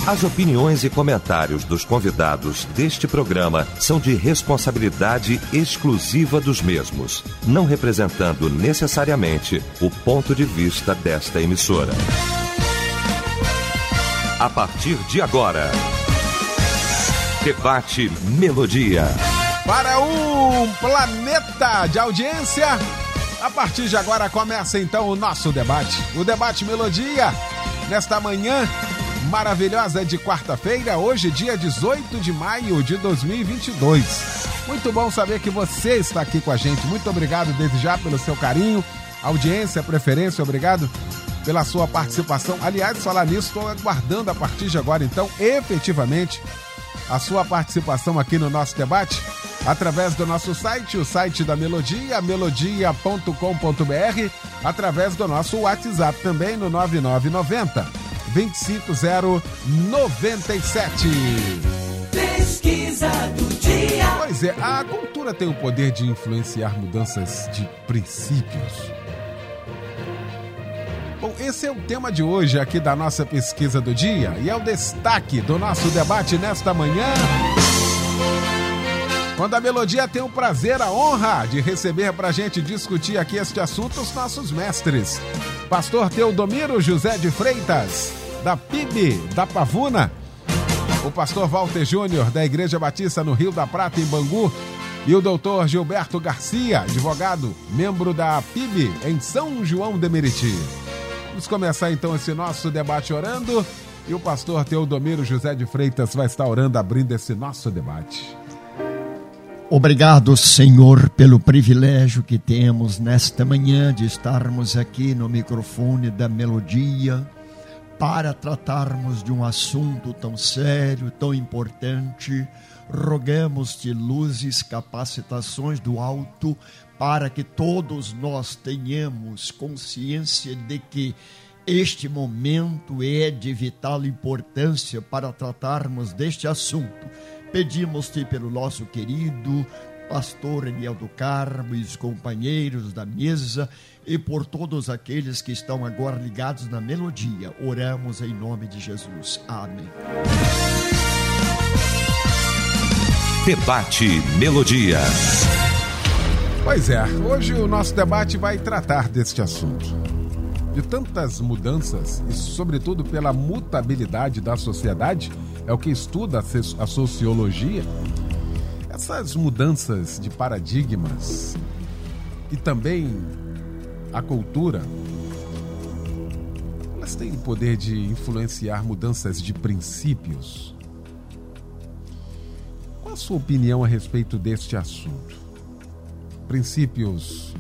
As opiniões e comentários dos convidados deste programa são de responsabilidade exclusiva dos mesmos, não representando necessariamente o ponto de vista desta emissora. A partir de agora, Debate Melodia. Para um planeta de audiência, a partir de agora começa então o nosso debate. O Debate Melodia, nesta manhã maravilhosa de quarta-feira, hoje dia 18 de maio de 2022. Muito bom saber que você está aqui com a gente. Muito obrigado desde já pelo seu carinho, audiência, preferência, obrigado pela sua participação. Aliás, falar nisso, estou aguardando a partir de agora, então, efetivamente, a sua participação aqui no nosso debate, através do nosso site, o site da Melodia, melodia.com.br, através do nosso WhatsApp também, no 9990-25097. Pesquisa do dia. Pois é, a cultura tem o poder de influenciar mudanças de princípios. Bom, esse é o tema de hoje aqui da nossa pesquisa do dia e é o destaque do nosso debate nesta manhã, quando a Melodia tem o prazer, a honra de receber para a gente discutir aqui este assunto os nossos mestres. Pastor Teodomiro José de Freitas, da PIB da Pavuna, o pastor Walter Júnior, da Igreja Batista no Rio da Prata, em Bangu, e o doutor Gilberto Garcia, advogado, membro da PIB em São João de Meriti. Vamos começar então esse nosso debate orando, e o pastor Teodomiro José de Freitas vai estar orando, abrindo esse nosso debate. Obrigado, Senhor, pelo privilégio que temos nesta manhã de estarmos aqui no microfone da Melodia para tratarmos de um assunto tão sério, tão importante. Rogamos-te luzes, capacitações do alto para que todos nós tenhamos consciência de que este momento é de vital importância para tratarmos deste assunto. Pedimos-te pelo nosso querido pastor Eniel do Carmo e os companheiros da mesa e por todos aqueles que estão agora ligados na Melodia. Oramos em nome de Jesus. Amém. Debate Melodia. Pois é, hoje o nosso debate vai tratar deste assunto. De tantas mudanças e sobretudo pela mutabilidade da sociedade, é o que estuda a sociologia. Essas mudanças de paradigmas e também a cultura, elas têm o poder de influenciar mudanças de princípios. Qual a sua opinião a respeito deste assunto? Princípios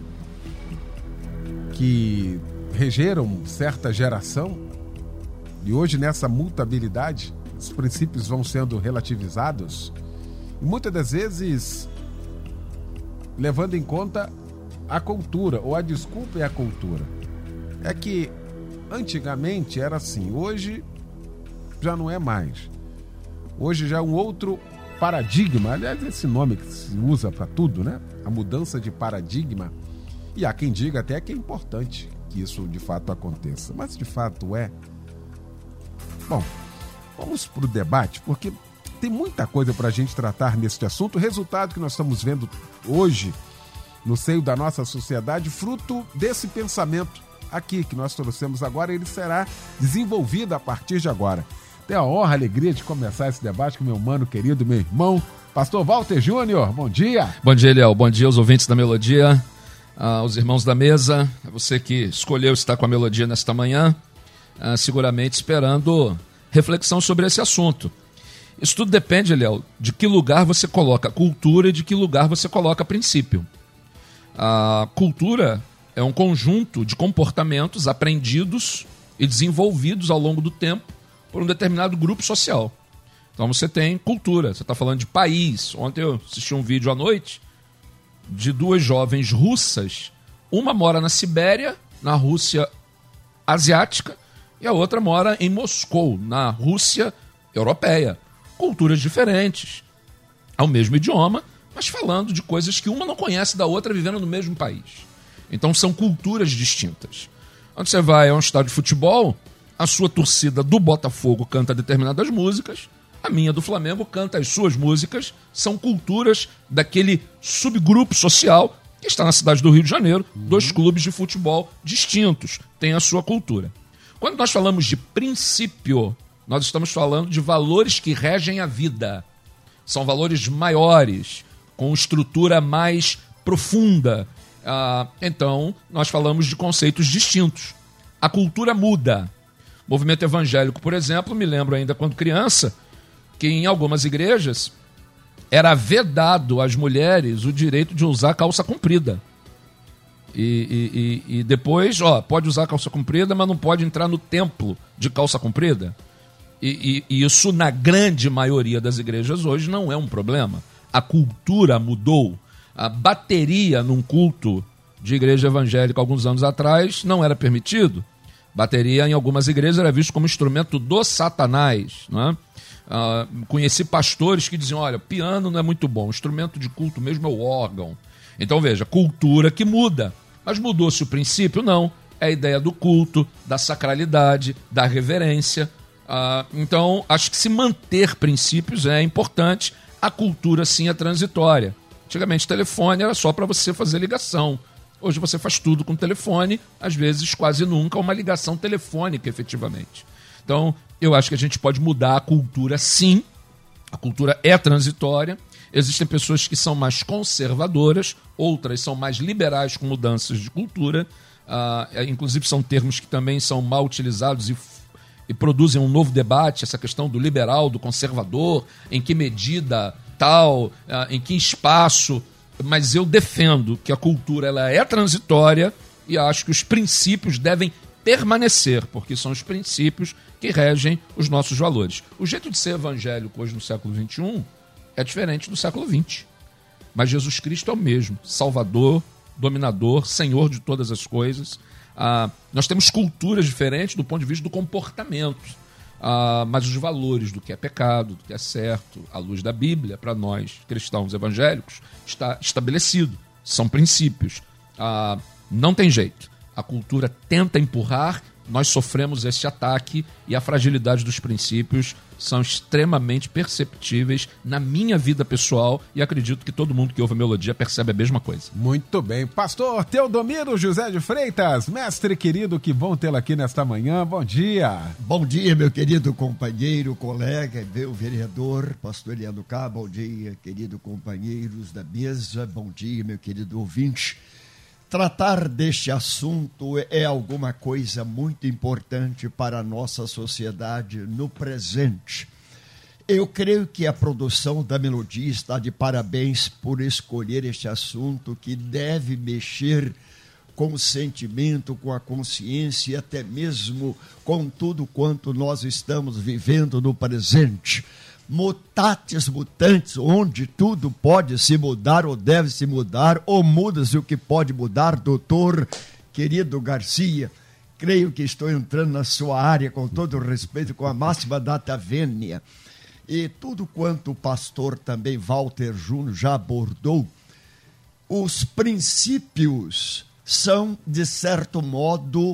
que regeram certa geração e hoje nessa mutabilidade os princípios vão sendo relativizados e muitas das vezes levando em conta a cultura, ou a desculpa é a cultura. É que antigamente era assim, hoje já não é mais. Hoje já é um outro paradigma, aliás, esse nome que se usa para tudo, né? A mudança de paradigma. E há quem diga até que é importante que isso de fato aconteça. Mas de fato é? Bom, vamos para o debate, porque tem muita coisa para a gente tratar neste assunto. O resultado que nós estamos vendo hoje no seio da nossa sociedade, fruto desse pensamento aqui que nós trouxemos agora, ele será desenvolvido a partir de agora. Tenho a honra, a alegria de começar esse debate com meu mano querido, meu irmão, pastor Walter Júnior. Bom dia. Bom dia, Eliel. Bom dia aos ouvintes da Melodia, aos irmãos da mesa, a você que escolheu estar com a Melodia nesta manhã, seguramente esperando reflexão sobre esse assunto. Isso tudo depende, Eliel, de que lugar você coloca cultura e de que lugar você coloca princípio. A cultura é um conjunto de comportamentos aprendidos e desenvolvidos ao longo do tempo por um determinado grupo social. Então você tem cultura, você está falando de país. Ontem eu assisti um vídeo à noite de duas jovens russas. Uma mora na Sibéria, na Rússia asiática, e a outra mora em Moscou, na Rússia europeia. Culturas diferentes, ao mesmo idioma, mas falando de coisas que uma não conhece da outra, vivendo no mesmo país. Então são culturas distintas. Quando você vai a um estádio de futebol, a sua torcida do Botafogo canta determinadas músicas, a minha do Flamengo canta as suas músicas, são culturas daquele subgrupo social que está na cidade do Rio de Janeiro, dois clubes de futebol distintos, têm a sua cultura. Quando nós falamos de princípio, nós estamos falando de valores que regem a vida. São valores maiores, com estrutura mais profunda. Então, nós falamos de conceitos distintos. A cultura muda. O movimento evangélico, por exemplo, me lembro ainda quando criança, que em algumas igrejas era vedado às mulheres o direito de usar calça comprida. E depois, pode usar calça comprida, mas não pode entrar no templo de calça comprida. E isso, na grande maioria das igrejas hoje, não é um problema. A cultura mudou. A bateria num culto de igreja evangélica alguns anos atrás não era permitido. Bateria em algumas igrejas era visto como instrumento do Satanás, não é? Conheci pastores que diziam, olha, piano não é muito bom, o instrumento de culto mesmo é o órgão. Então veja, cultura que muda. Mas mudou-se o princípio? Não. É a ideia do culto, da sacralidade, da reverência. Então, acho que se manter princípios é importante. A cultura, sim, é transitória. Antigamente, telefone era só para você fazer ligação. Hoje você faz tudo com telefone, às vezes quase nunca uma ligação telefônica, efetivamente. Então, eu acho que a gente pode mudar a cultura, sim. A cultura é transitória. Existem pessoas que são mais conservadoras, outras são mais liberais com mudanças de cultura. Inclusive, são termos que também são mal utilizados e produzem um novo debate, essa questão do liberal, do conservador, em que medida tal, em que espaço. Mas eu defendo que a cultura ela é transitória e acho que os princípios devem permanecer, porque são os princípios que regem os nossos valores. O jeito de ser evangélico hoje no século XXI é diferente do século XX. Mas Jesus Cristo é o mesmo, Salvador, dominador, Senhor de todas as coisas. Nós temos culturas diferentes do ponto de vista do comportamento, mas os valores do que é pecado, do que é certo, à luz da Bíblia, para nós cristãos evangélicos, está estabelecido. São princípios. Não tem jeito. A cultura tenta empurrar, nós sofremos esse ataque e a fragilidade dos princípios são extremamente perceptíveis na minha vida pessoal e acredito que todo mundo que ouve a melodia percebe a mesma coisa. Muito bem. Pastor Teodomiro José de Freitas, mestre querido, que bom tê-lo aqui nesta manhã. Bom dia. Bom dia, meu querido companheiro, colega, meu vereador, pastor Eliano Cá. Bom dia, querido companheiros da mesa. Bom dia, meu querido ouvinte. Tratar deste assunto é alguma coisa muito importante para a nossa sociedade no presente. Eu creio que a produção da melodia está de parabéns por escolher este assunto que deve mexer com o sentimento, com a consciência e até mesmo com tudo quanto nós estamos vivendo no presente. Mutatis mutandis, onde tudo pode se mudar ou deve se mudar, ou muda-se o que pode mudar, doutor querido Garcia. Creio que estou entrando na sua área com todo o respeito, com a máxima data vênia. E tudo quanto o pastor também Walter Júnior já abordou, os princípios são, de certo modo,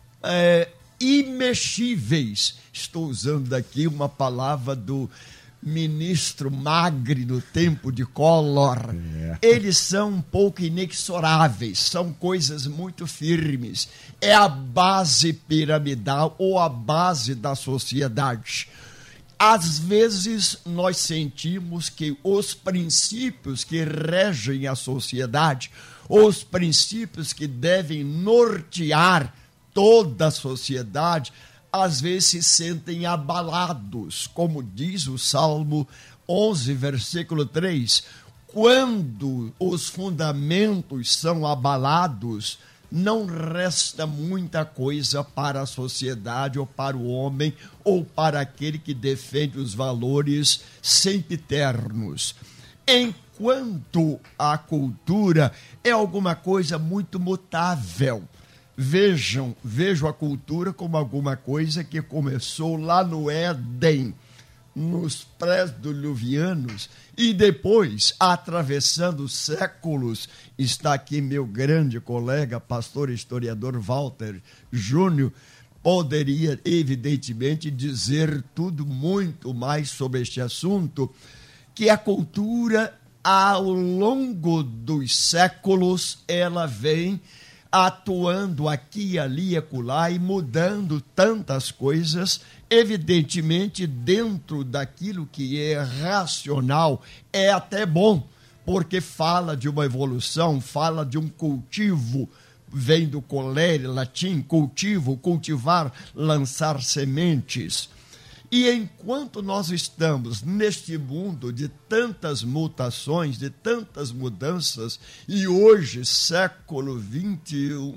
imexíveis. Estou usando daqui uma palavra do ministro Magre no tempo de Collor. Eles são um pouco inexoráveis, são coisas muito firmes. É a base piramidal ou a base da sociedade. Às vezes nós sentimos que os princípios que regem a sociedade, os princípios que devem nortear toda a sociedade, às vezes se sentem abalados, como diz o Salmo 11, versículo 3. Quando os fundamentos são abalados, não resta muita coisa para a sociedade ou para o homem ou para aquele que defende os valores sempiternos. Enquanto a cultura é alguma coisa muito mutável. Vejo a cultura como alguma coisa que começou lá no Éden, nos pré-diluvianos, e depois, atravessando séculos, está aqui meu grande colega, pastor e historiador Walter Júnior, poderia, evidentemente, dizer tudo muito mais sobre este assunto, que a cultura, ao longo dos séculos, ela vem atuando aqui, ali e acolá e mudando tantas coisas, evidentemente dentro daquilo que é racional, é até bom, porque fala de uma evolução, fala de um cultivo, vem do colere, latim, cultivo, cultivar, lançar sementes. E enquanto nós estamos neste mundo de tantas mutações, de tantas mudanças, e hoje, século XXI,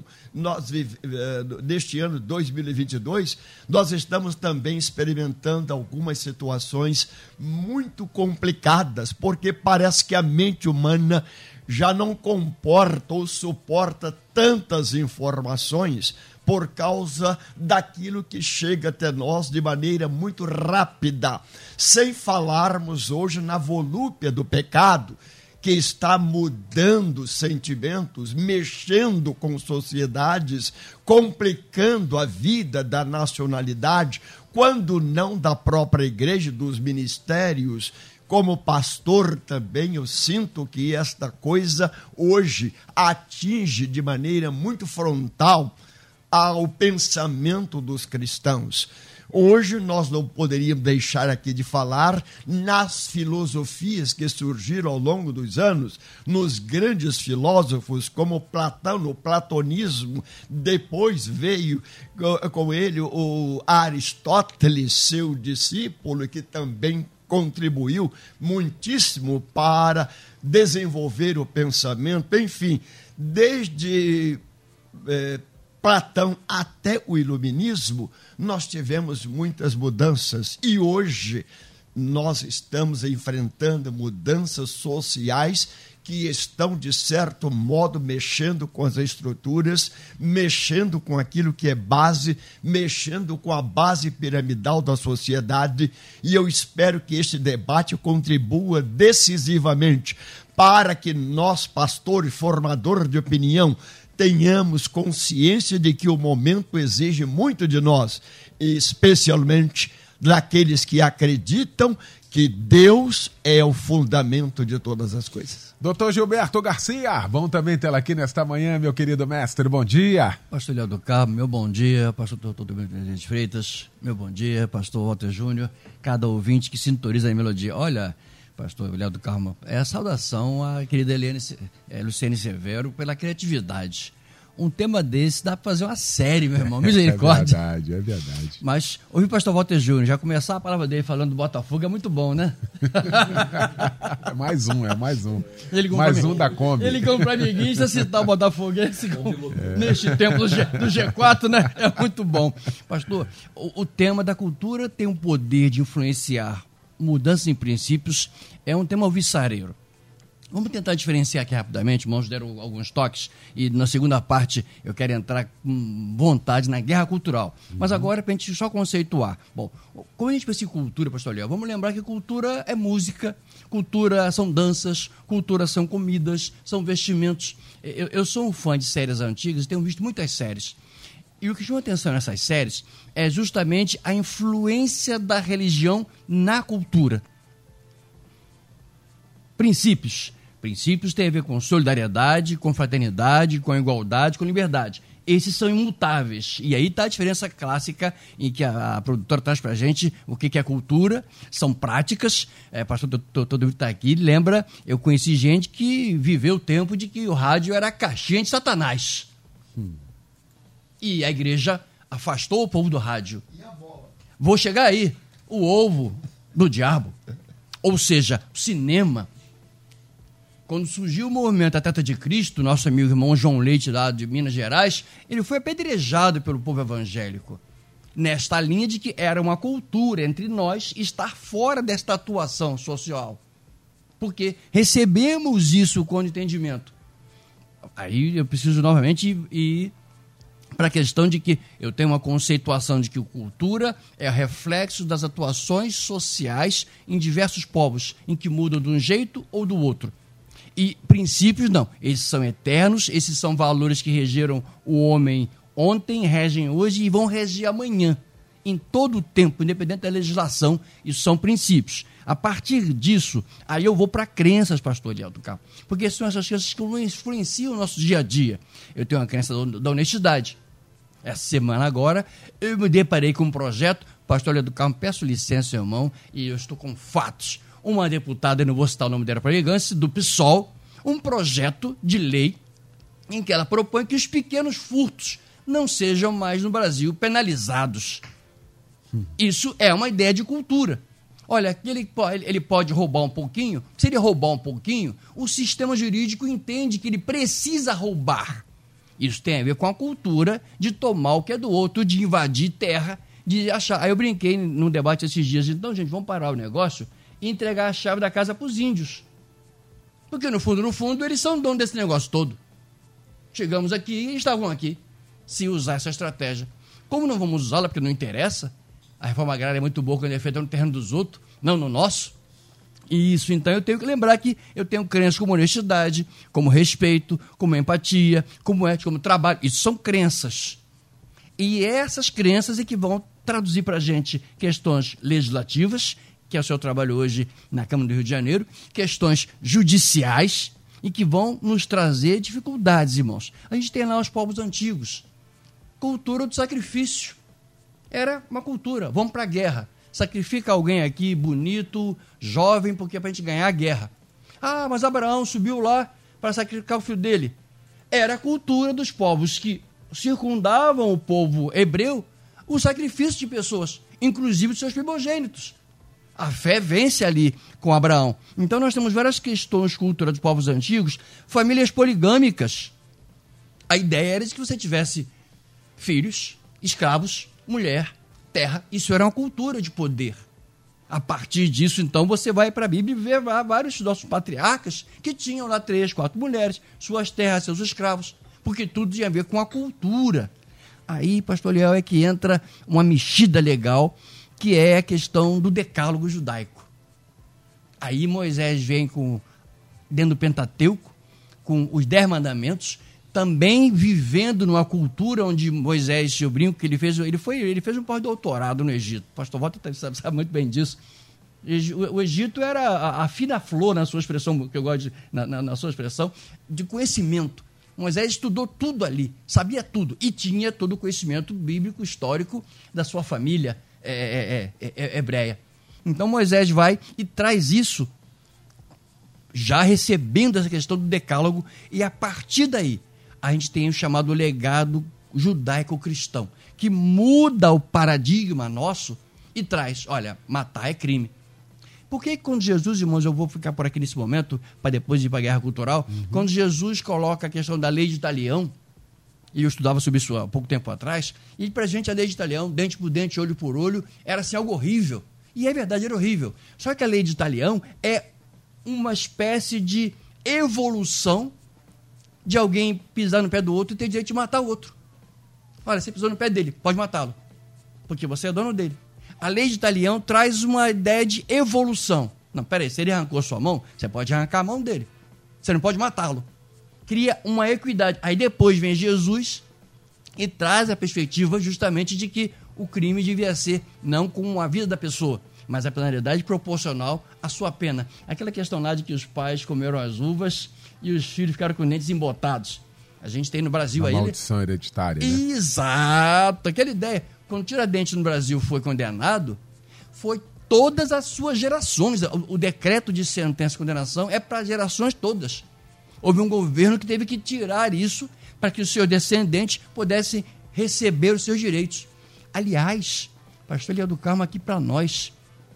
neste ano 2022, nós estamos também experimentando algumas situações muito complicadas, porque parece que a mente humana já não comporta ou suporta tantas informações por causa daquilo que chega até nós de maneira muito rápida, sem falarmos hoje na volúpia do pecado, que está mudando sentimentos, mexendo com sociedades, complicando a vida da nacionalidade, quando não da própria igreja, dos ministérios. Como pastor também eu sinto que esta coisa hoje atinge de maneira muito frontal ao pensamento dos cristãos. Hoje nós não poderíamos deixar aqui de falar nas filosofias que surgiram ao longo dos anos, nos grandes filósofos como Platão, no platonismo, depois veio com ele o Aristóteles, seu discípulo, que também contribuiu muitíssimo para desenvolver o pensamento. Enfim, desde Platão até o iluminismo, nós tivemos muitas mudanças e hoje nós estamos enfrentando mudanças sociais que estão, de certo modo, mexendo com as estruturas, mexendo com aquilo que é base, mexendo com a base piramidal da sociedade, e eu espero que este debate contribua decisivamente para que nós, pastores, formadores de opinião, tenhamos consciência de que o momento exige muito de nós, especialmente daqueles que acreditam que Deus é o fundamento de todas as coisas. Doutor Gilberto Garcia, bom também tê-lo aqui nesta manhã, meu querido mestre, bom dia. Pastor Léo do Carmo, meu bom dia. Pastor Doutor Presidente Freitas, meu bom dia. Pastor Walter Júnior, cada ouvinte que sintoniza a melodia. Olha, Pastor Léo do Carmo, é a saudação à querida Luciene Severo pela criatividade. Um tema desse dá para fazer uma série, meu irmão, misericórdia. É verdade. Mas ouvir o pastor Walter Júnior, já começar a palavra dele falando do Botafogo é muito bom, né? É mais um. Mais um da Kombi. Ele compra amiguinhos, citar o Botafoguense neste tempo do G4, né? É muito bom. Pastor, o tema da cultura tem um poder de influenciar mudanças em princípios, é um tema alvissareiro. Vamos tentar diferenciar aqui rapidamente, irmãos deram alguns toques, e na segunda parte eu quero entrar com vontade na guerra cultural. Mas agora, para a gente só conceituar. Bom, como a gente pensa em cultura, pastor Léo, vamos lembrar que cultura é música, cultura são danças, cultura são comidas, são vestimentos. Eu sou um fã de séries antigas e tenho visto muitas séries. E o que chama atenção nessas séries é justamente a influência da religião na cultura. Princípios têm a ver com solidariedade, com fraternidade, com igualdade, com liberdade. Esses são imutáveis. E aí está a diferença clássica em que a produtora traz para a gente o que é cultura, são práticas. Pastor todo mundo está aqui, lembra, eu conheci gente que viveu o tempo de que o rádio era a caixinha de Satanás. E a igreja afastou o povo do rádio. E a bola? Vou chegar aí. O ovo do diabo. Ou seja, o cinema. Quando surgiu o movimento A Teta de Cristo, nosso amigo irmão João Leite, lá de Minas Gerais, ele foi apedrejado pelo povo evangélico. Nesta linha de que era uma cultura entre nós estar fora desta atuação social. Porque recebemos isso com entendimento. Aí eu preciso novamente ir para a questão de que eu tenho uma conceituação de que cultura é reflexo das atuações sociais em diversos povos, em que mudam de um jeito ou do outro. E princípios não, esses são eternos, esses são valores que regeram o homem ontem, regem hoje e vão reger amanhã. Em todo o tempo, independente da legislação, isso são princípios. A partir disso, aí eu vou para crenças, pastor Eliel do Carmo, porque são essas crenças que influenciam o nosso dia a dia. Eu tenho uma crença da honestidade. Essa semana agora, eu me deparei com um projeto, pastor Eliel do Carmo, peço licença, irmão, e eu estou com fatos. Uma deputada, eu não vou citar o nome dela para elegância, do PSOL, um projeto de lei em que ela propõe que os pequenos furtos não sejam mais no Brasil penalizados. Isso é uma ideia de cultura. Olha, ele pode roubar um pouquinho. Se ele roubar um pouquinho, o sistema jurídico entende que ele precisa roubar. Isso tem a ver com a cultura de tomar o que é do outro, de invadir terra, de achar. Aí eu brinquei num debate esses dias. Então, gente, vamos parar o negócio e entregar a chave da casa para os índios. Porque, no fundo, eles são donos desse negócio todo. Chegamos aqui e eles estavam aqui. Se usar essa estratégia. Como não vamos usá-la porque não interessa? A reforma agrária é muito boa quando é feita no terreno dos outros, não no nosso. E isso, então, eu tenho que lembrar que eu tenho crenças como honestidade, como respeito, como empatia, como ética, como trabalho. Isso são crenças. E essas crenças é que vão traduzir para a gente questões legislativas, que é o seu trabalho hoje na Câmara do Rio de Janeiro, questões judiciais e que vão nos trazer dificuldades, irmãos. A gente tem lá os povos antigos. Cultura do sacrifício. Era uma cultura. Vamos para a guerra. Sacrifica alguém aqui, bonito, jovem, porque é para a gente ganhar a guerra. Ah, mas Abraão subiu lá para sacrificar o filho dele. Era a cultura dos povos que circundavam o povo hebreu, o sacrifício de pessoas, inclusive de seus primogênitos. A fé vence ali com Abraão. Então nós temos várias questões culturais dos povos antigos, famílias poligâmicas. A ideia era de que você tivesse filhos, escravos, mulher, terra. Isso era uma cultura de poder. A partir disso, então, você vai para a Bíblia e vê vários dos nossos patriarcas que tinham lá 3, 4 mulheres, suas terras, seus escravos, porque tudo tinha a ver com a cultura. Aí, pastor Eliel, é que entra uma mexida legal, que é a questão do decálogo judaico. Aí Moisés vem dentro do Pentateuco, com os 10 mandamentos, também vivendo numa cultura onde Moisés, eu brinco que ele fez um pós-doutorado no Egito. O pastor Walter sabe muito bem disso. O Egito era a fina flor, na sua expressão, que eu gosto na sua expressão, de conhecimento. Moisés estudou tudo ali, sabia tudo, e tinha todo o conhecimento bíblico, histórico da sua família hebreia. Então Moisés vai e traz isso, já recebendo essa questão do decálogo, e a partir daí, a gente tem o chamado legado judaico-cristão, que muda o paradigma nosso e traz, olha, matar é crime. Por que quando Jesus, irmãos, eu vou ficar por aqui nesse momento, para depois ir para a guerra cultural, quando Jesus coloca a questão da lei de Talião, e eu estudava sobre isso há pouco tempo atrás, e para a gente a lei de Talião, dente por dente, olho por olho, era assim algo horrível. E é verdade, era horrível. Só que a lei de Talião é uma espécie de evolução de alguém pisar no pé do outro e ter direito de matar o outro. Olha, você pisou no pé dele, pode matá-lo, porque você é dono dele. A lei de Talião traz uma ideia de evolução. Não, peraí, se ele arrancou a sua mão, você pode arrancar a mão dele. Você não pode matá-lo. Cria uma equidade. Aí depois vem Jesus e traz a perspectiva justamente de que o crime devia ser não com a vida da pessoa, mas a penalidade proporcional à sua pena. Aquela questão lá de que os pais comeram as uvas e os filhos ficaram com dentes embotados. A gente tem no Brasil aí... A maldição hereditária, né? Exato, aquela ideia. Quando Tiradentes no Brasil foi condenado, foi todas as suas gerações. O decreto de sentença e condenação é para gerações todas. Houve um governo que teve que tirar isso para que os seus descendentes pudessem receber os seus direitos. Aliás, pastor Eliel do Carmo aqui para nós,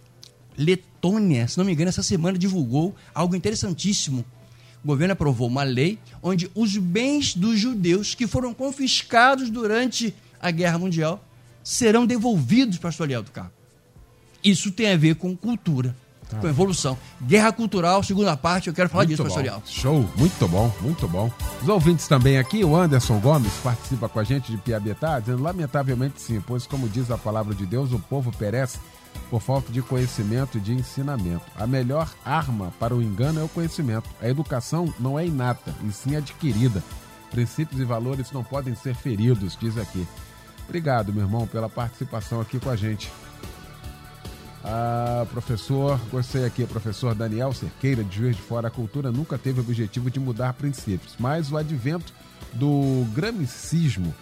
Letônia, se não me engano, essa semana divulgou algo interessantíssimo. O governo aprovou uma lei onde os bens dos judeus que foram confiscados durante a Guerra Mundial serão devolvidos, pastor Eliel do Carmo. Isso tem a ver com cultura, com evolução. Guerra cultural, segunda parte, eu quero falar disso, pastor Eliel. Show, muito bom, muito bom. Os ouvintes também aqui, o Anderson Gomes participa com a gente de Piabetá, dizendo, lamentavelmente sim, pois como diz a palavra de Deus, o povo perece por falta de conhecimento e de ensinamento. A melhor arma para o engano é o conhecimento. A educação não é inata, e sim adquirida. Princípios e valores não podem ser feridos, diz aqui. Obrigado, meu irmão, pela participação aqui com a gente. Professor, gostei aqui, professor Daniel Cerqueira, de Juiz de Fora. A cultura nunca teve o objetivo de mudar princípios, mas o advento do gramscismo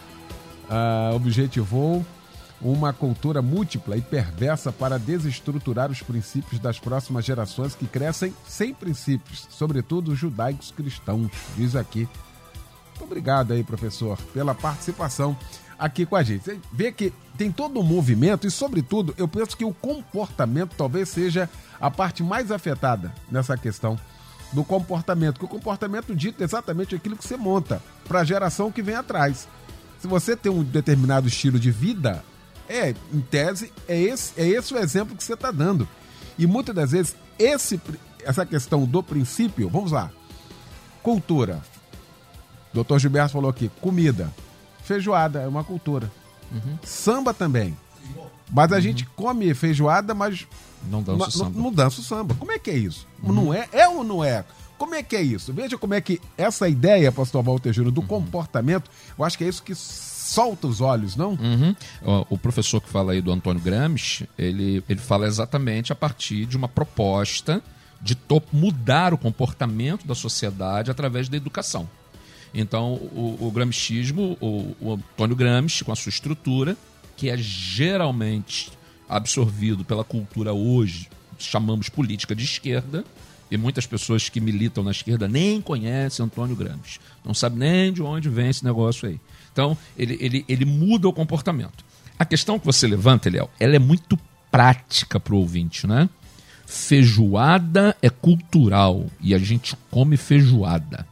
objetivou uma cultura múltipla e perversa para desestruturar os princípios das próximas gerações que crescem sem princípios, sobretudo os judaicos cristãos, diz aqui. Muito obrigado aí, professor, pela participação aqui com a gente. Você vê que tem todo um movimento e, sobretudo, eu penso que o comportamento talvez seja a parte mais afetada nessa questão do comportamento, que o comportamento dita exatamente aquilo que você monta para a geração que vem atrás. Se você tem um determinado estilo de vida, em tese, é esse o exemplo que você está dando. E muitas das vezes, essa questão do princípio, vamos lá, cultura. O Dr. Gilberto falou aqui, comida. Feijoada é uma cultura. Samba também. Mas a gente come feijoada, mas não dança o samba. Não dança o samba. Como é que é isso? Não é? É ou não é? Como é que é isso? Veja como é que essa ideia, pastor Walter Júnior, do comportamento, eu acho que é isso que solta os olhos, não? O professor que fala aí do Antônio Gramsci, ele fala exatamente a partir de uma proposta de mudar o comportamento da sociedade através da educação. Então, o gramscismo, o Antônio Gramsci, com a sua estrutura, que é geralmente absorvido pela cultura hoje, chamamos política de esquerda, e muitas pessoas que militam na esquerda nem conhecem Antônio Gramsci, não sabem nem de onde vem esse negócio aí. Então, ele muda o comportamento. A questão que você levanta, Eliel, ela é muito prática para o ouvinte, né? Feijoada é cultural e a gente come feijoada.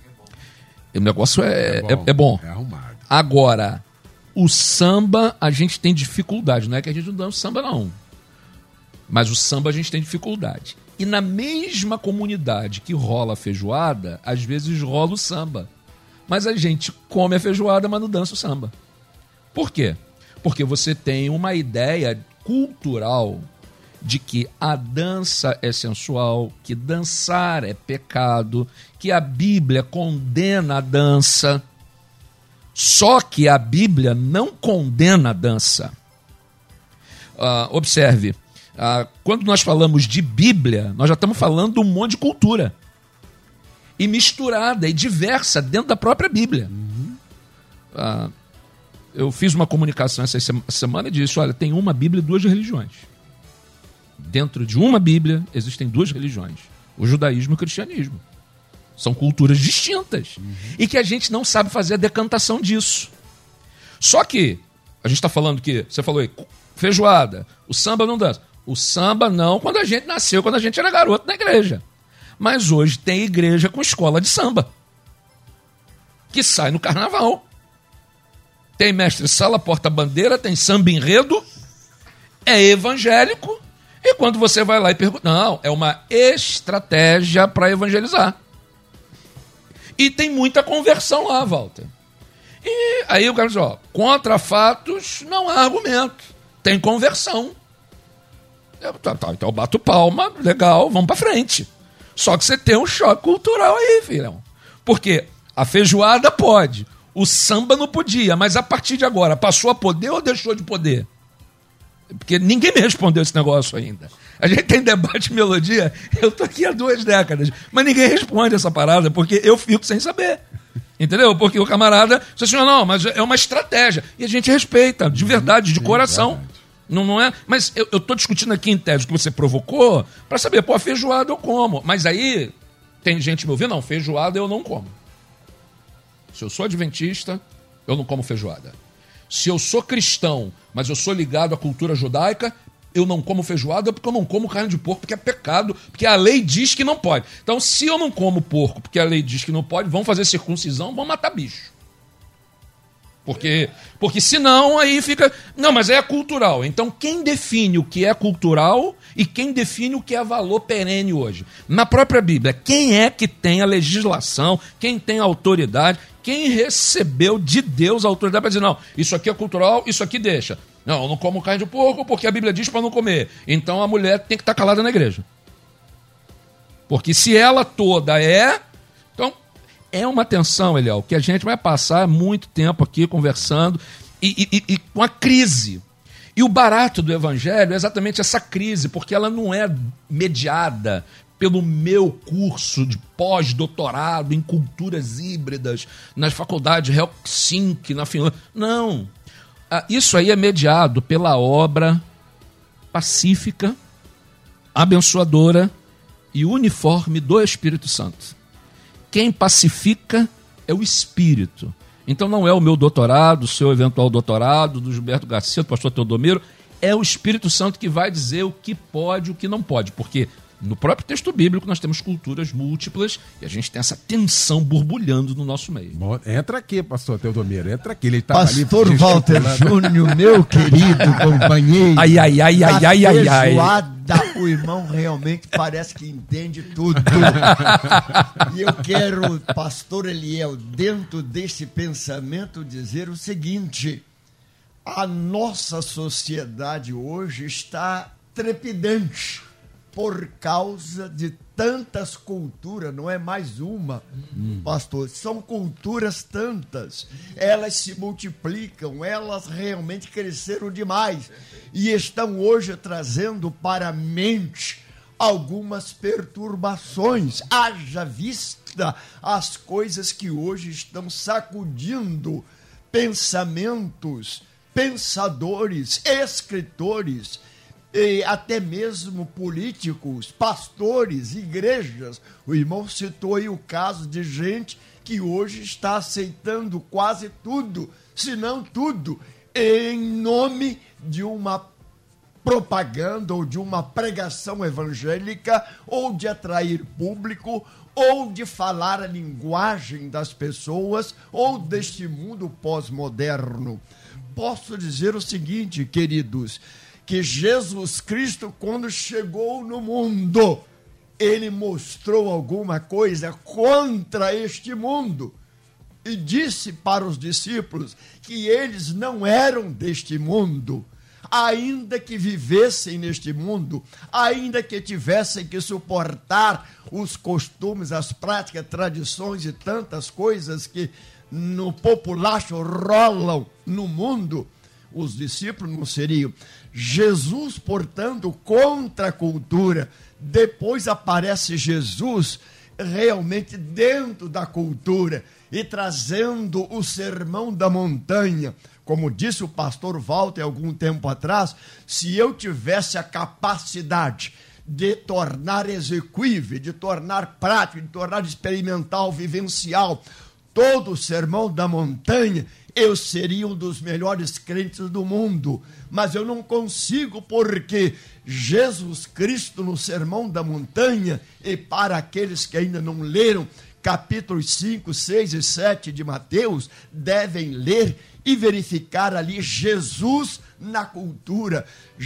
O negócio é bom. É arrumado. Agora, o samba a gente tem dificuldade. Não é que a gente não dança samba, não. Mas o samba a gente tem dificuldade. E na mesma comunidade que rola a feijoada, às vezes rola o samba. Mas a gente come a feijoada, mas não dança o samba. Por quê? Porque você tem uma ideia cultural de que a dança é sensual, que dançar é pecado, que a Bíblia condena a dança. Só que a Bíblia não condena a dança. Observe, quando nós falamos de Bíblia, nós já estamos falando de um monte de cultura. E misturada e diversa dentro da própria Bíblia. Eu fiz uma comunicação essa semana e disse, olha, tem uma Bíblia e duas religiões. Dentro de uma Bíblia existem duas religiões, o judaísmo e o cristianismo. São culturas distintas. E que a gente não sabe fazer a decantação disso. Só que, a gente está falando que, você falou aí, feijoada, o samba não dança. O samba não, quando a gente nasceu, quando a gente era garoto na igreja. Mas hoje tem igreja com escola de samba, que sai no carnaval. Tem mestre sala, porta-bandeira, tem samba enredo, é evangélico. E quando você vai lá e pergunta, não, é uma estratégia para evangelizar. E tem muita conversão lá, Walter. E aí o cara diz, contra fatos não há argumento. Tem conversão. Então eu bato palma, legal, vamos para frente. Só que você tem um choque cultural aí, filhão. Porque a feijoada pode, o samba não podia, mas a partir de agora, passou a poder ou deixou de poder? Porque ninguém me respondeu esse negócio ainda. A gente tem debate de melodia, eu tô aqui há 2 décadas, mas ninguém responde essa parada, porque eu fico sem saber. Entendeu? Porque o camarada diz assim, não, mas é uma estratégia. E a gente respeita, de verdade, de coração. Não é? Mas eu tô discutindo aqui em tese o que você provocou para saber, a feijoada eu como. Mas aí tem gente me ouvindo, não, feijoada eu não como. Se eu sou adventista, eu não como feijoada. Se eu sou cristão, mas eu sou ligado à cultura judaica, eu não como feijoada porque eu não como carne de porco, porque é pecado, porque a lei diz que não pode. Então, se eu não como porco porque a lei diz que não pode, vão fazer circuncisão, vão matar bicho. Porque senão aí fica... Não, mas é cultural. Então, quem define o que é cultural e quem define o que é valor perene hoje? Na própria Bíblia, quem é que tem a legislação, quem tem a autoridade, quem recebeu de Deus a autoridade para dizer, não, isso aqui é cultural, isso aqui deixa. Não, eu não como carne de porco porque a Bíblia diz para não comer. Então, a mulher tem que estar calada na igreja. Porque se ela toda então, é uma tensão, Eliel, que a gente vai passar muito tempo aqui conversando e com a crise. E o barato do evangelho é exatamente essa crise, porque ela não é mediada pelo meu curso de pós-doutorado em culturas híbridas, nas faculdades Helsinki, na Finlândia. Não. Isso aí é mediado pela obra pacífica, abençoadora e uniforme do Espírito Santo. Quem pacifica é o Espírito. Então não é o meu doutorado, o seu eventual doutorado, do Gilberto Garcia, do pastor Teodomiro, é o Espírito Santo que vai dizer o que pode e o que não pode, porque no próprio texto bíblico nós temos culturas múltiplas e a gente tem essa tensão borbulhando no nosso meio. Bom, entra aqui, pastor Teodomiro, entra aqui. Ele tá pastor ali, Walter Júnior, meu querido companheiro. Ai. O irmão realmente parece que entende tudo. E eu quero, pastor Eliel, dentro desse pensamento, dizer o seguinte: a nossa sociedade hoje está trepidante por causa de tantas culturas, não é mais uma, pastor, são culturas tantas, elas se multiplicam, elas realmente cresceram demais e estão hoje trazendo para a mente algumas perturbações. Haja vista as coisas que hoje estão sacudindo pensamentos, pensadores, escritores, e até mesmo políticos, pastores, igrejas. O irmão citou aí o caso de gente que hoje está aceitando quase tudo, se não tudo, em nome de uma propaganda ou de uma pregação evangélica, ou de atrair público, ou de falar a linguagem das pessoas, ou deste mundo pós-moderno. Posso dizer o seguinte, queridos, que Jesus Cristo, quando chegou no mundo, ele mostrou alguma coisa contra este mundo e disse para os discípulos que eles não eram deste mundo, ainda que vivessem neste mundo, ainda que tivessem que suportar os costumes, as práticas, tradições e tantas coisas que no populacho rolam no mundo, os discípulos não seriam. Jesus, portanto, contra a cultura. Depois aparece Jesus realmente dentro da cultura e trazendo o sermão da montanha. Como disse o pastor Walter algum tempo atrás, se eu tivesse a capacidade de tornar execuível, de tornar prático, de tornar experimental, vivencial, todo o sermão da montanha, eu seria um dos melhores crentes do mundo. Mas eu não consigo, porque Jesus Cristo, no Sermão da Montanha, e para aqueles que ainda não leram, capítulos 5, 6 e 7 de Mateus, devem ler e verificar ali Jesus na cultura,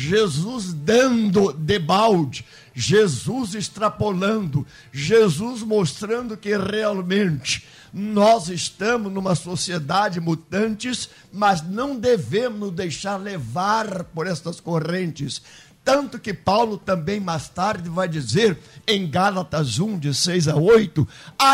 Jesus dando debalde, Jesus extrapolando, Jesus mostrando que realmente nós estamos numa sociedade mutantes, mas não devemos nos deixar levar por estas correntes. Tanto que Paulo também mais tarde vai dizer em Gálatas 1, de 6 a 8,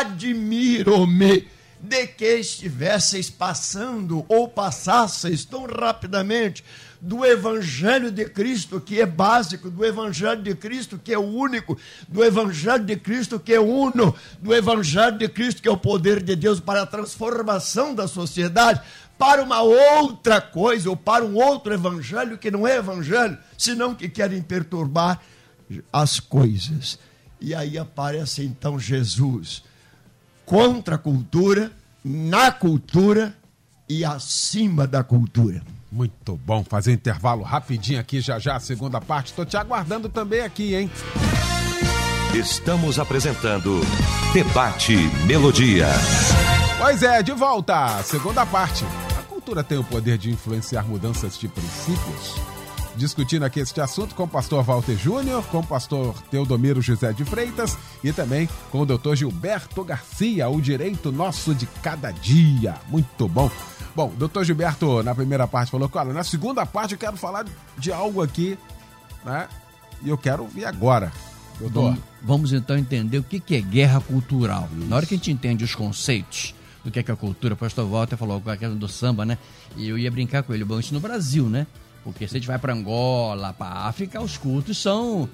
admiro-me de que estivesseis passando ou passasseis tão rapidamente do Evangelho de Cristo, que é básico, do Evangelho de Cristo, que é único, do Evangelho de Cristo, que é uno, do Evangelho de Cristo, que é o poder de Deus para a transformação da sociedade, para uma outra coisa, ou para um outro evangelho que não é evangelho, senão que querem perturbar as coisas. E aí aparece então Jesus contra a cultura, na cultura e acima da cultura. Muito bom, fazer intervalo rapidinho aqui, já a segunda parte. Estou te aguardando também aqui, hein? Estamos apresentando Debate Melodia. Pois é, de volta, segunda parte. A cultura tem o poder de influenciar mudanças de princípios? Discutindo aqui este assunto com o pastor Walter Júnior, com o pastor Teodomiro José de Freitas e também com o doutor Gilberto Garcia, o direito nosso de cada dia. Muito bom. Bom, doutor Gilberto, na primeira parte, falou que, olha, na segunda parte eu quero falar de algo aqui, né? E eu quero ouvir agora Vamos então entender o que é guerra cultural. Isso. Na hora que a gente entende os conceitos do que é a cultura, o pastor Walter falou com a questão do samba, né? E eu ia brincar com ele, bom, isso no Brasil, né? Porque se a gente vai para Angola, para África, os cultos são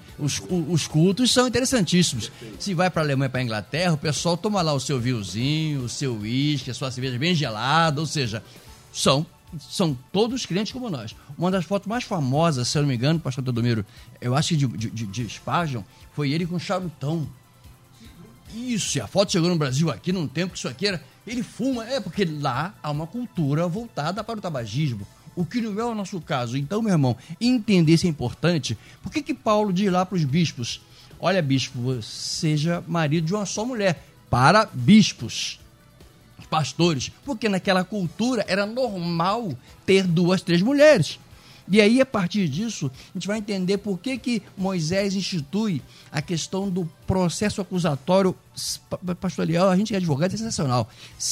interessantíssimos. Se vai para a Alemanha, para a Inglaterra, o pessoal toma lá o seu vinhozinho, o seu uísque, a sua cerveja bem gelada, ou seja, são todos crentes como nós. Uma das fotos mais famosas, se eu não me engano, pastor Teodomiro, eu acho que de Spurgeon, foi ele com charutão. Isso, e a foto chegou no Brasil aqui num tempo que isso aqui era... Ele fuma, porque lá há uma cultura voltada para o tabagismo. O que não é o nosso caso. Então, meu irmão, entender isso é importante. Por que Paulo diz lá para os bispos? Olha, bispo, seja marido de uma só mulher. Para bispos, pastores. Porque naquela cultura era normal ter 2, 3 mulheres. E aí, a partir disso, a gente vai entender por que Moisés institui a questão do processo acusatório. Pastor Eliel, a gente que é advogado, é sensacional.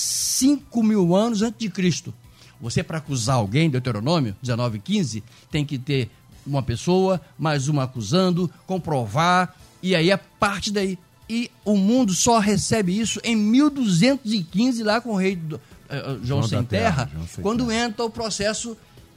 5.000 anos antes de Cristo. Você, para acusar alguém, Deuteronômio 19:15, tem que ter uma pessoa, mais uma acusando, comprovar, e aí a parte daí. E o mundo só recebe isso em 1215, lá com o rei João Sem Terra, quando entra o processo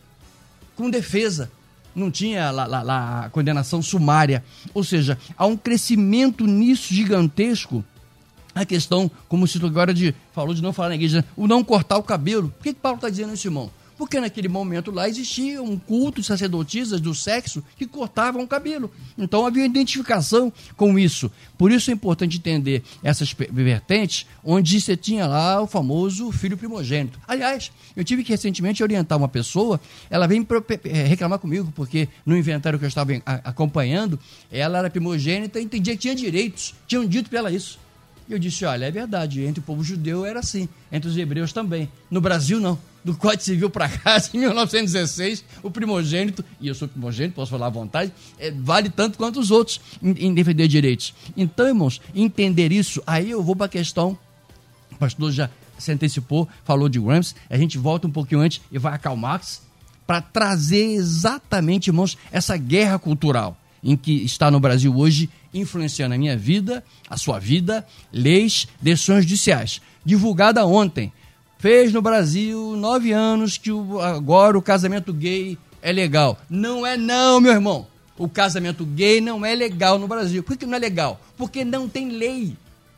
com defesa. Não tinha a condenação sumária. Ou seja, há um crescimento nisso gigantesco. A questão, como o Cito agora falou de não falar na igreja, né? O não cortar o cabelo. Por que Paulo está dizendo isso, irmão? Porque naquele momento lá existia um culto de sacerdotisas do sexo que cortavam o cabelo. Então havia identificação com isso. Por isso é importante entender essas vertentes, onde você tinha lá o famoso filho primogênito. Aliás, eu tive que recentemente orientar uma pessoa, ela veio reclamar comigo, porque no inventário que eu estava acompanhando, ela era primogênita e entendia que tinha direitos. Tinham dito para ela isso. E eu disse, olha, é verdade, entre o povo judeu era assim, entre os hebreus também. No Brasil, não. Do Código Civil para cá, em 1916, o primogênito, e eu sou primogênito, posso falar à vontade, vale tanto quanto os outros em defender direitos. Então, irmãos, entender isso, aí eu vou para a questão, o pastor já se antecipou, falou de Gramsci, a gente volta um pouquinho antes e vai a Karl Marx, para trazer exatamente, irmãos, essa guerra cultural em que está no Brasil hoje, influenciando a minha vida, a sua vida, leis, decisões judiciais. Divulgada ontem, fez no Brasil 9 anos que agora o casamento gay é legal. Não é não, meu irmão. O casamento gay não é legal no Brasil. Por que não é legal? Porque não tem lei.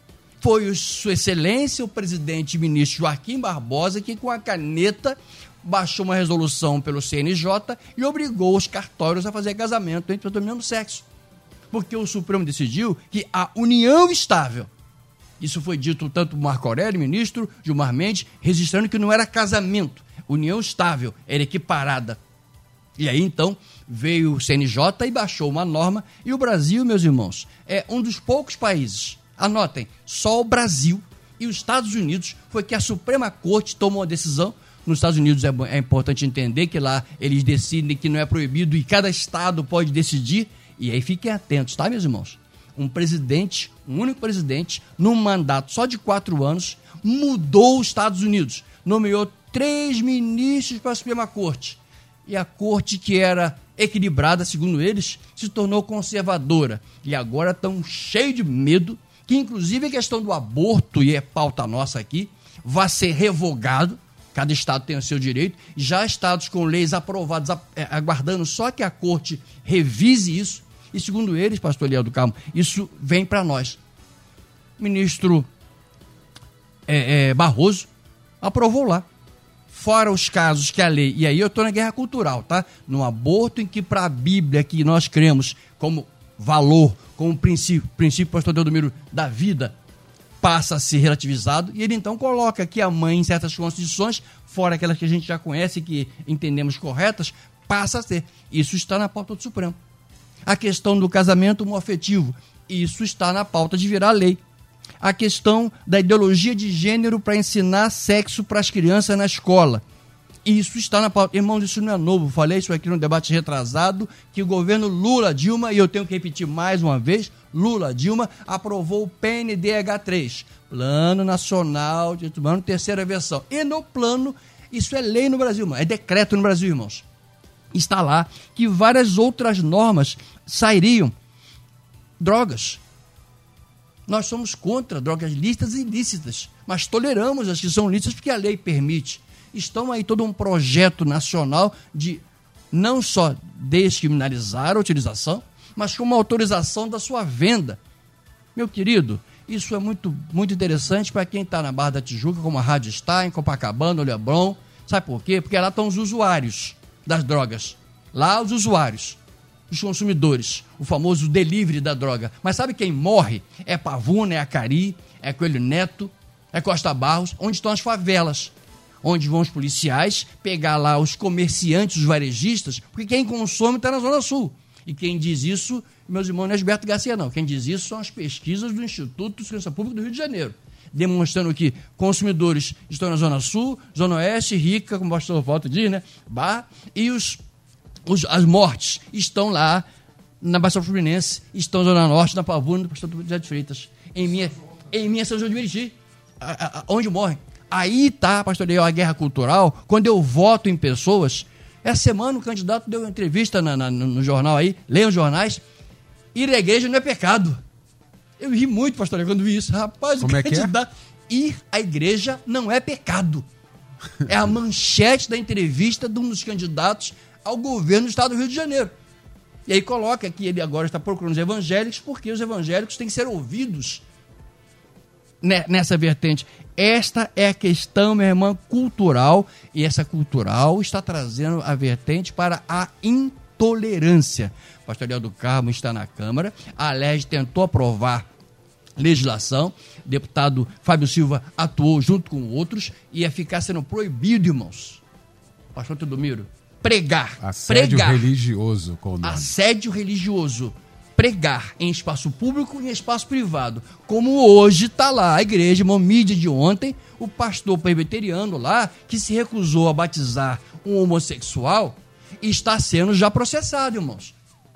Foi Sua Excelência, o presidente e ministro Joaquim Barbosa, que com a caneta baixou uma resolução pelo CNJ e obrigou os cartórios a fazer casamento entre o mesmo sexo. Porque o Supremo decidiu que a união estável, isso foi dito tanto por Marco Aurélio, ministro, Gilmar Mendes, registrando que não era casamento, união estável, era equiparada. E aí então veio o CNJ e baixou uma norma, e o Brasil, meus irmãos, é um dos poucos países, anotem, só o Brasil e os Estados Unidos foi que a Suprema Corte tomou a decisão. Nos Estados Unidos é importante entender que lá eles decidem que não é proibido e cada estado pode decidir. E aí fiquem atentos, tá, meus irmãos? Um único presidente, num mandato só de 4 anos, mudou os Estados Unidos. Nomeou 3 ministros para a Suprema Corte. E a corte, que era equilibrada, segundo eles, se tornou conservadora. E agora estão cheios de medo que, inclusive, a questão do aborto, e é pauta nossa aqui, vai ser revogado. Cada estado tem o seu direito. Já estados com leis aprovadas, aguardando só que a corte revise isso. E segundo eles, pastor Eliel do Carmo, isso vem para nós. O ministro Barroso aprovou lá. Fora os casos que a lei... E aí eu estou na guerra cultural, tá? No aborto em que para a Bíblia, que nós cremos como valor, como princípio, pastor Teodomiro, da vida, passa a ser relativizado, e ele então coloca que a mãe, em certas constituições, fora aquelas que a gente já conhece, que entendemos corretas, passa a ser. Isso está na pauta do Supremo. A questão do casamento homoafetivo, isso está na pauta de virar lei. A questão da ideologia de gênero para ensinar sexo para as crianças na escola, isso está na pauta. Irmãos, isso não é novo, falei isso aqui no debate retrasado, que o governo Lula-Dilma, e eu tenho que repetir mais uma vez, Lula-Dilma aprovou o PNDH3, Plano Nacional de Direitos Humanos, 3ª versão. E no plano, isso é lei no Brasil, é decreto no Brasil, irmãos. Está lá que várias outras normas sairiam. drogas. Nós somos contra drogas lícitas e ilícitas, mas toleramos as que são lícitas porque a lei permite. Estão aí todo um projeto nacional de não só descriminalizar a utilização, mas com uma autorização da sua venda. Meu querido, isso é muito, muito interessante para quem está na Barra da Tijuca, como a Rádio está, em Copacabana, no Leblon. Sabe por quê? Porque lá estão os usuários das drogas. Lá os usuários, os consumidores, o famoso delivery da droga. Mas sabe quem morre? É Pavuna, é Acari, é Coelho Neto, é Costa Barros, onde estão as favelas. Onde vão os policiais pegar lá os comerciantes, os varejistas, porque quem consome está na Zona Sul. E quem diz isso, meus irmãos, não é Gilberto Garcia, não. Quem diz isso são as pesquisas do Instituto de Segurança Pública do Rio de Janeiro, demonstrando que consumidores estão na Zona Sul, Zona Oeste, Rica, como o pastor Walter diz, né? Barra, e as mortes estão lá na Baixada Fluminense, estão na Zona Norte, na Pavuna, do pastor José de Freitas. Em minha São João de Meriti, onde morrem. Aí está, pastor Leão, a guerra cultural. Quando eu voto em pessoas, essa semana o candidato deu uma entrevista no jornal aí, leiam os jornais, ir à igreja não é pecado. Eu ri muito, pastor Leão, quando vi isso. Rapaz, como o candidato... Ir à igreja não é pecado. É a manchete da entrevista de um dos candidatos ao governo do estado do Rio de Janeiro. E aí coloca que ele agora está procurando os evangélicos, porque os evangélicos têm que ser ouvidos nessa vertente. Esta é a questão, minha irmã, cultural, e essa cultural está trazendo a vertente para a intolerância. O pastor Eliel do Carmo está na Câmara, a Alerj tentou aprovar legislação, o deputado Fábio Silva atuou junto com outros, e ia ficar sendo proibido, irmãos, pastor Teodomiro, pregar. Assédio religioso, com o nome. Assédio religioso. Pregar em espaço público e em espaço privado. Como hoje está lá a igreja, uma mídia de ontem, o pastor presbiteriano lá, que se recusou a batizar um homossexual, está sendo já processado, irmãos.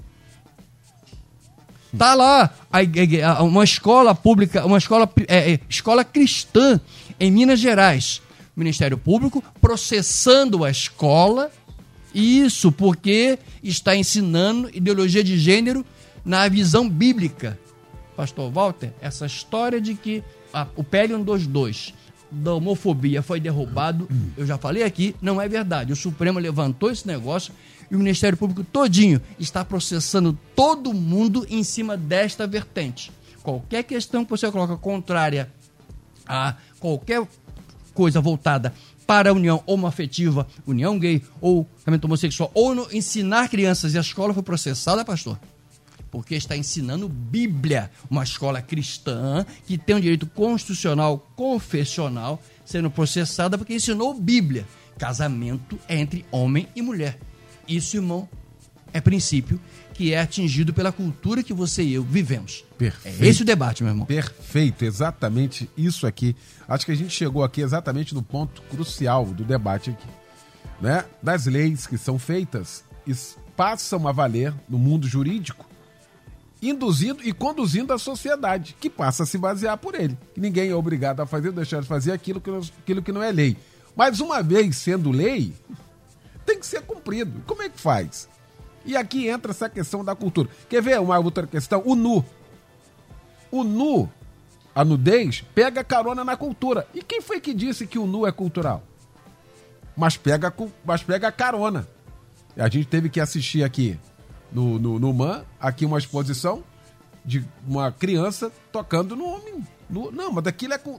Está lá uma escola pública, uma escola cristã em Minas Gerais. O Ministério Público processando a escola, isso porque está ensinando ideologia de gênero na visão bíblica. Pastor Walter, essa história de que o PL 122 da homofobia foi derrubado, eu já falei aqui, não é verdade. O Supremo levantou esse negócio e o Ministério Público todinho está processando todo mundo em cima desta vertente. Qualquer questão que você coloca contrária a qualquer coisa voltada para a união homoafetiva, união gay ou casamento homossexual, ou no ensinar crianças, e a escola foi processada, pastor, porque está ensinando Bíblia, uma escola cristã que tem um direito constitucional, confessional, sendo processada porque ensinou Bíblia. Casamento é entre homem e mulher. Isso, irmão, é princípio que é atingido pela cultura que você e eu vivemos. Perfeito. É esse o debate, meu irmão. Perfeito, exatamente isso aqui. Acho que a gente chegou aqui exatamente no ponto crucial do debate aqui, né? Das leis que são feitas e passam a valer no mundo jurídico, induzindo e conduzindo a sociedade, que passa a se basear por ele. Ninguém é obrigado a fazer ou deixar de fazer aquilo que não é lei. Mas uma vez sendo lei, tem que ser cumprido. Como é que faz? E aqui entra essa questão da cultura. Quer ver uma outra questão? O nu. O nu, a nudez, pega carona na cultura. E quem foi que disse que o nu é cultural? Mas pega carona. A gente teve que assistir aqui no MAN, aqui uma exposição de uma criança tocando no homem. Não, mas daquilo é...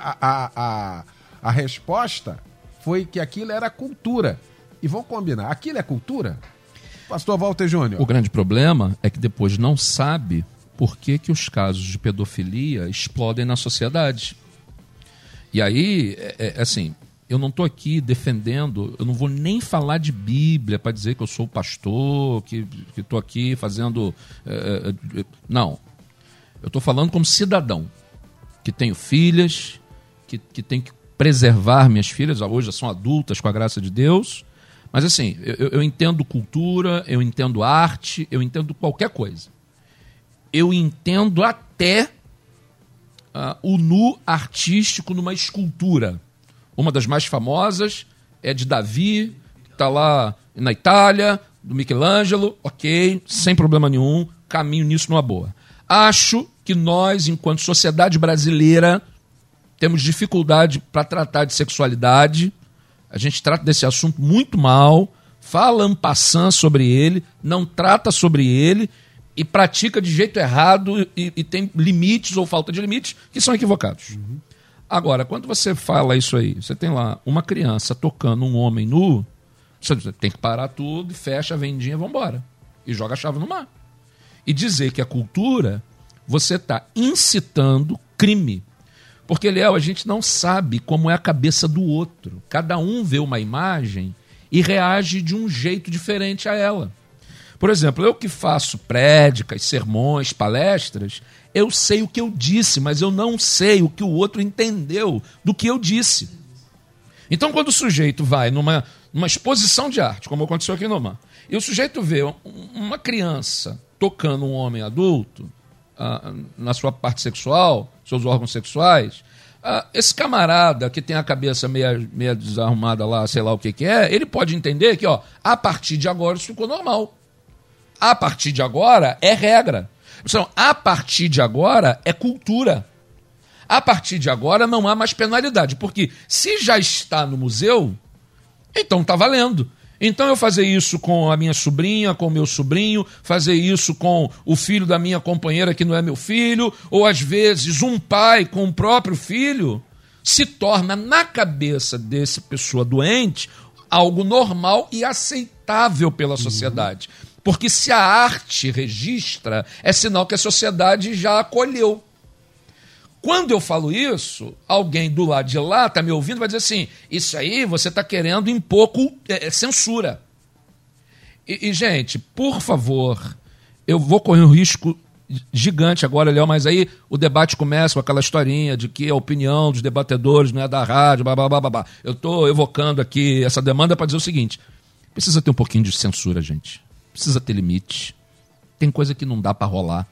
A resposta foi que aquilo era cultura. E vamos combinar, aquilo é cultura? Pastor Walter Júnior. O grande problema é que depois não sabe por que os casos de pedofilia explodem na sociedade. E aí, assim, eu não estou aqui defendendo, eu não vou nem falar de Bíblia para dizer que eu sou pastor, que estou aqui fazendo... não. Eu estou falando como cidadão, que tenho filhas, que tenho que preservar minhas filhas, hoje já são adultas com a graça de Deus, mas assim, eu entendo cultura, eu entendo arte, eu entendo qualquer coisa. Eu entendo até o nu artístico numa escultura. Uma das mais famosas é de Davi, que está lá na Itália, do Michelangelo, ok, sem problema nenhum, caminho nisso numa boa. Acho que nós, enquanto sociedade brasileira, temos dificuldade para tratar de sexualidade. A gente trata desse assunto muito mal, fala en passant sobre ele, não trata sobre ele e pratica de jeito errado e tem limites ou falta de limites que são equivocados. Agora, quando você fala isso aí, você tem lá uma criança tocando um homem nu, você tem que parar tudo, fecha a vendinha e vambora. E joga a chave no mar. E dizer que a cultura, você está incitando crime. Porque, Léo, a gente não sabe como é a cabeça do outro. Cada um vê uma imagem e reage de um jeito diferente a ela. Por exemplo, eu que faço prédicas, sermões, palestras, eu sei o que eu disse, mas eu não sei o que o outro entendeu do que eu disse. Então, quando o sujeito vai numa exposição de arte, como aconteceu aqui no Mar, e o sujeito vê uma criança tocando um homem adulto na sua parte sexual, seus órgãos sexuais, esse camarada que tem a cabeça meia desarrumada lá, sei lá o que é, ele pode entender que, a partir de agora isso ficou normal. A partir de agora é regra. Então, a partir de agora é cultura. A partir de agora não há mais penalidade, porque se já está no museu, então está valendo. Então eu fazer isso com a minha sobrinha, com o meu sobrinho, fazer isso com o filho da minha companheira que não é meu filho, ou às vezes um pai com o próprio filho, se torna na cabeça dessa pessoa doente algo normal e aceitável pela sociedade. Porque se a arte registra, é sinal que a sociedade já acolheu. Quando eu falo isso, alguém do lado de lá está me ouvindo e vai dizer assim, isso aí você está querendo impor censura. E, gente, por favor, eu vou correr um risco gigante agora, Léo, mas aí o debate começa com aquela historinha de que a opinião dos debatedores não é da rádio, blá, blá, blá, blá. Eu estou evocando aqui essa demanda para dizer o seguinte, precisa ter um pouquinho de censura, gente. Precisa ter limite. Tem coisa que não dá para rolar.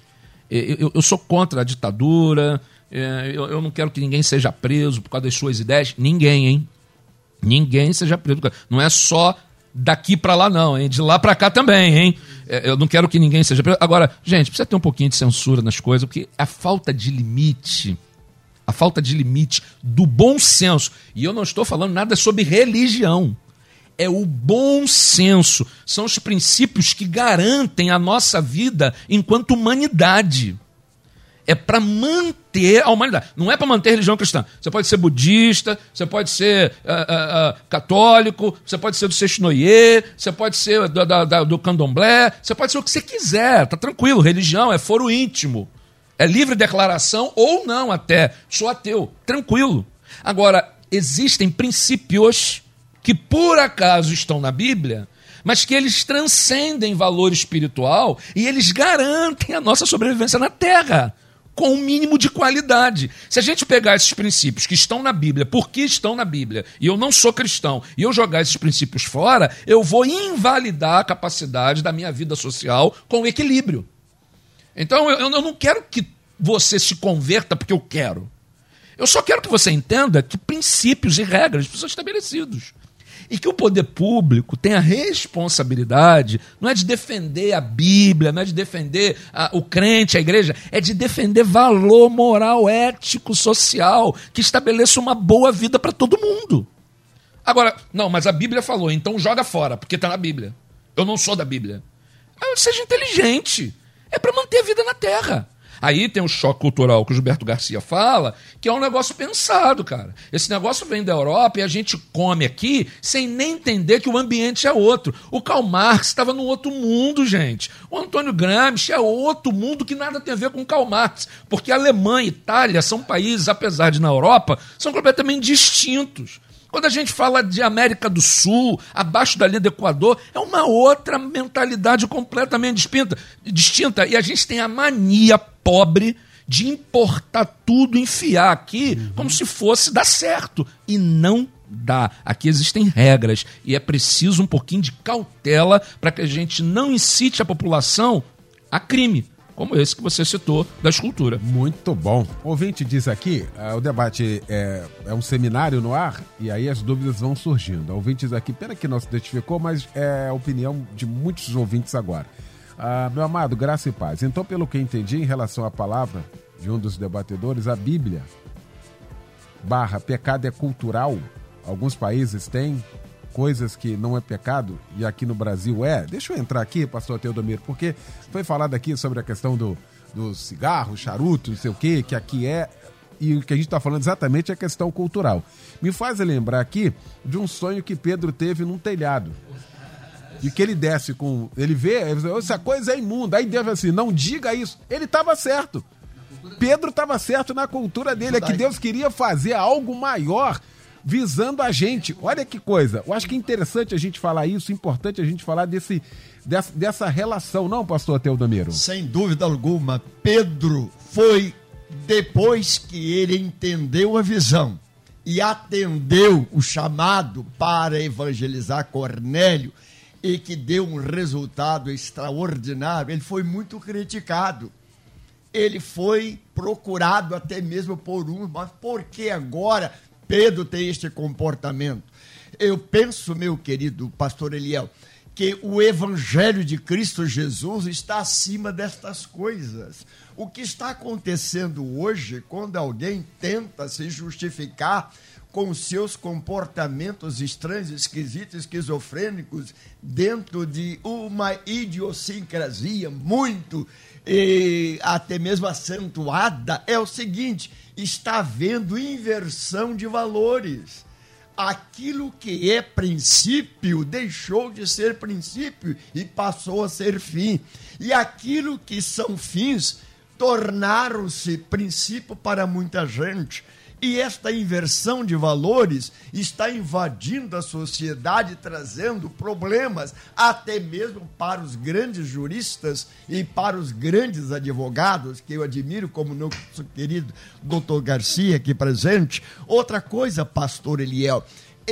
Eu sou contra a ditadura, eu não quero que ninguém seja preso por causa das suas ideias. Ninguém, hein? Ninguém seja preso. Não é só daqui para lá, não, hein? De lá para cá também, hein? Eu não quero que ninguém seja preso. Agora, gente, precisa ter um pouquinho de censura nas coisas, porque a falta de limite do bom senso, e eu não estou falando nada sobre religião, é o bom senso, são os princípios que garantem a nossa vida enquanto humanidade. É para manter a humanidade, não é para manter a religião cristã. Você pode ser budista, você pode ser católico, você pode ser do Sexnoye, você pode ser do candomblé, você pode ser o que você quiser, tá tranquilo, religião é foro íntimo, é livre declaração ou não até, sou ateu, tranquilo. Agora, existem princípios que por acaso estão na Bíblia, mas que eles transcendem valor espiritual e eles garantem a nossa sobrevivência na Terra, com um mínimo de qualidade. Se a gente pegar esses princípios que estão na Bíblia, porque estão na Bíblia, e eu não sou cristão, e eu jogar esses princípios fora, eu vou invalidar a capacidade da minha vida social com equilíbrio. Então eu não quero que você se converta porque eu quero. Eu só quero que você entenda que princípios e regras precisam ser estabelecidos. E que o poder público tem a responsabilidade, não é de defender a Bíblia, não é de defender o crente, a igreja, é de defender valor moral, ético, social, que estabeleça uma boa vida para todo mundo. Agora, não, mas a Bíblia falou, então joga fora, porque está na Bíblia. Eu não sou da Bíblia. Seja inteligente, é para manter a vida na Terra. Aí tem o choque cultural que o Gilberto Garcia fala, que é um negócio pensado, cara. Esse negócio vem da Europa e a gente come aqui sem nem entender que o ambiente é outro. O Karl Marx estava num outro mundo, gente. O Antônio Gramsci é outro mundo que nada tem a ver com o Karl Marx. Porque a Alemanha e Itália são países, apesar de na Europa, são completamente distintos. Quando a gente fala de América do Sul, abaixo da linha do Equador, é uma outra mentalidade completamente distinta. E a gente tem a mania pobre de importar tudo, enfiar aqui, como se fosse dar certo. E não dá. Aqui existem regras e é preciso um pouquinho de cautela para que a gente não incite a população a crime, como esse que você citou, da escultura. Muito bom. O ouvinte diz aqui, o debate é um seminário no ar, e aí as dúvidas vão surgindo. O ouvinte diz aqui, pena que não se identificou, mas é a opinião de muitos ouvintes agora. Meu amado, graça e paz. Então, pelo que entendi em relação à palavra de um dos debatedores, a Bíblia / pecado é cultural. Alguns países têm coisas que não é pecado e aqui no Brasil é. Deixa eu entrar aqui, pastor Teodomiro, porque foi falado aqui sobre a questão do cigarro, charuto, não sei o quê, que aqui é, e o que a gente está falando exatamente é a questão cultural. Me faz lembrar aqui de um sonho que Pedro teve num telhado. E que ele desce com... Ele vê, essa coisa é imunda. Aí Deus assim, não diga isso. Ele estava certo. Pedro estava certo na cultura dele. É que Deus queria fazer algo maior visando a gente. Olha que coisa. Eu acho que é interessante a gente falar isso, importante a gente falar dessa relação. Não, pastor Teodomiro? Sem dúvida alguma. Pedro foi, depois que ele entendeu a visão e atendeu o chamado para evangelizar Cornélio, e que deu um resultado extraordinário, ele foi muito criticado. Ele foi procurado até mesmo por uns, mas por que agora Pedro tem este comportamento? Eu penso, meu querido pastor Eliel, que o evangelho de Cristo Jesus está acima destas coisas. O que está acontecendo hoje, quando alguém tenta se justificar com seus comportamentos estranhos, esquisitos, esquizofrênicos, dentro de uma idiosincrasia muito até mesmo acentuada, é o seguinte: está havendo inversão de valores. Aquilo que é princípio deixou de ser princípio e passou a ser fim. E aquilo que são fins tornaram-se princípio para muita gente. E esta inversão de valores está invadindo a sociedade, trazendo problemas até mesmo para os grandes juristas e para os grandes advogados, que eu admiro, como nosso querido doutor Garcia aqui presente. Outra coisa, pastor Eliel,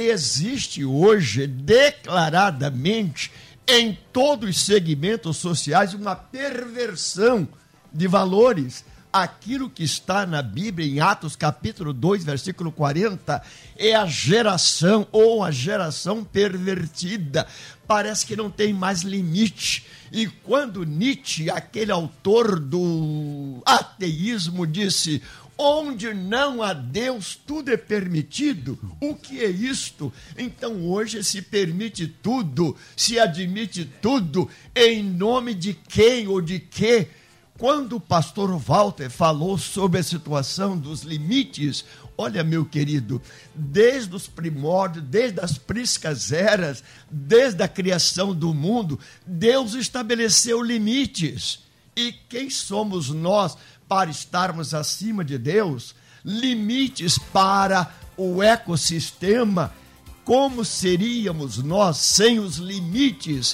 existe hoje declaradamente em todos os segmentos sociais uma perversão de valores. Aquilo que está na Bíblia, em Atos capítulo 2, versículo 40, é a geração ou a geração pervertida. Parece que não tem mais limite. E quando Nietzsche, aquele autor do ateísmo, disse: onde não há Deus, tudo é permitido. O que é isto? Então hoje se permite tudo, se admite tudo, em nome de quem ou de quê? Quando o pastor Walter falou sobre a situação dos limites, olha, meu querido, desde os primórdios, desde as priscas eras, desde a criação do mundo, Deus estabeleceu limites. E quem somos nós para estarmos acima de Deus? Limites para o ecossistema. Como seríamos nós sem os limites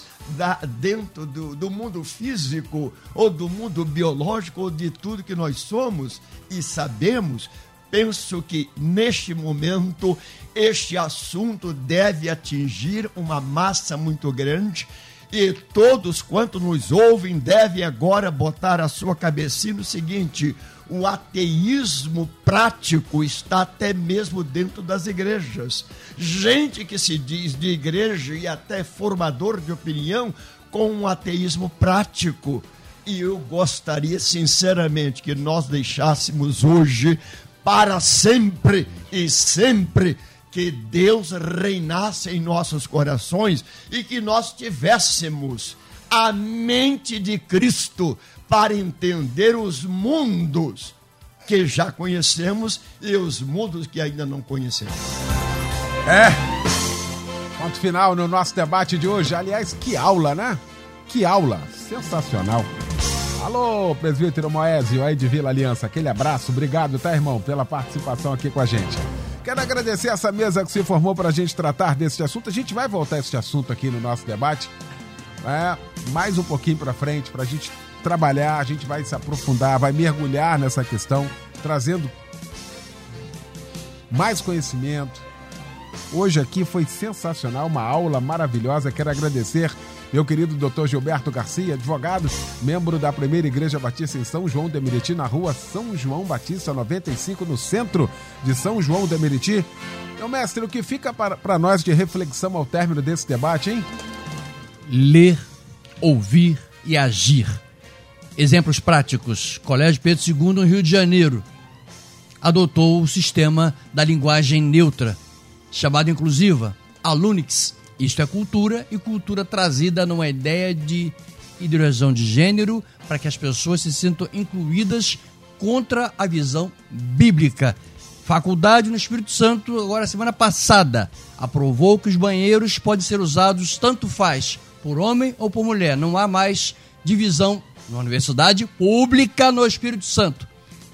dentro do mundo físico ou do mundo biológico ou de tudo que nós somos e sabemos? Penso que neste momento este assunto deve atingir uma massa muito grande e todos quanto nos ouvem devem agora botar a sua cabecinha no seguinte: o ateísmo prático está até mesmo dentro das igrejas. Gente que se diz de igreja e até formador de opinião com um ateísmo prático. E eu gostaria sinceramente que nós deixássemos hoje para sempre e sempre que Deus reinasse em nossos corações e que nós tivéssemos a mente de Cristo para entender os mundos que já conhecemos e os mundos que ainda não conhecemos. Ponto final no nosso debate de hoje. Aliás, que aula, né? Que aula, sensacional. Alô, presbítero Moésio aí de Vila Aliança, aquele abraço, obrigado, tá, irmão, pela participação aqui com a gente. Quero agradecer essa mesa que se formou para a gente tratar desse assunto. A gente vai voltar a esse assunto aqui no nosso debate, mais um pouquinho para frente, para a gente trabalhar, a gente vai se aprofundar, vai mergulhar nessa questão, trazendo mais conhecimento. Hoje aqui foi sensacional, uma aula maravilhosa. Quero agradecer meu querido Dr. Gilberto Garcia, advogado, membro da Primeira Igreja Batista em São João de Meriti, na rua São João Batista 95, no centro de São João de Meriti. Meu mestre, o que fica para nós de reflexão ao término desse debate, hein? Ler, ouvir e agir. Exemplos práticos. Colégio Pedro II, no Rio de Janeiro, adotou o sistema da linguagem neutra, chamada inclusiva, a LUNIX. Isto é cultura, e cultura trazida numa ideia de ideologia de gênero para que as pessoas se sintam incluídas contra a visão bíblica. Faculdade no Espírito Santo, agora semana passada, aprovou que os banheiros podem ser usados tanto faz por homem ou por mulher. Não há mais divisão na universidade pública no Espírito Santo.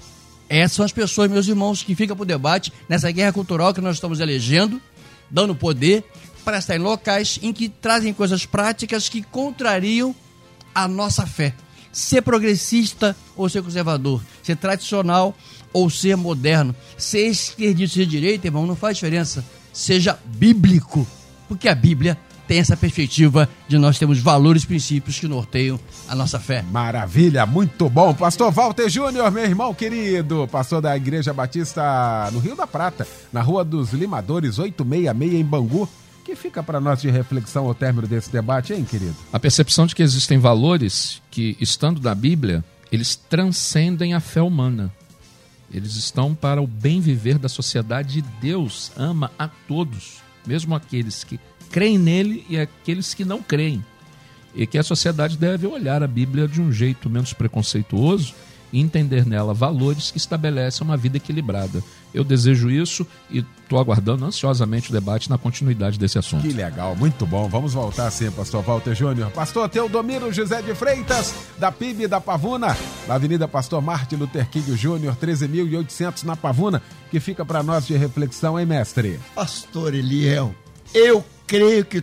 Essas são as pessoas, meus irmãos, que ficam para o debate nessa guerra cultural que nós estamos elegendo, dando poder para estar em locais em que trazem coisas práticas que contrariam a nossa fé. Ser progressista ou ser conservador, ser tradicional ou ser moderno, ser esquerdista ou ser direita, irmão, não faz diferença. Seja bíblico, porque a Bíblia tem essa perspectiva de nós termos valores e princípios que norteiam a nossa fé. Maravilha, muito bom. Pastor Walter Júnior, meu irmão querido, pastor da Igreja Batista no Rio da Prata, na Rua dos Limadores, 866, em Bangu. Que fica para nós de reflexão ao término desse debate, hein, querido? A percepção de que existem valores que, estando na Bíblia, eles transcendem a fé humana. Eles estão para o bem viver da sociedade e Deus ama a todos, mesmo aqueles que creem nele e aqueles que não creem. E que a sociedade deve olhar a Bíblia de um jeito menos preconceituoso e entender nela valores que estabelecem uma vida equilibrada. Eu desejo isso e estou aguardando ansiosamente o debate na continuidade desse assunto. Que legal, muito bom. Vamos voltar sim, pastor Walter Júnior. Pastor Teodomiro José de Freitas, da PIB da Pavuna, na Avenida Pastor Martin Luther King Júnior, 13.800 na Pavuna, que fica para nós de reflexão, hein, mestre? Pastor Eliel, eu creio que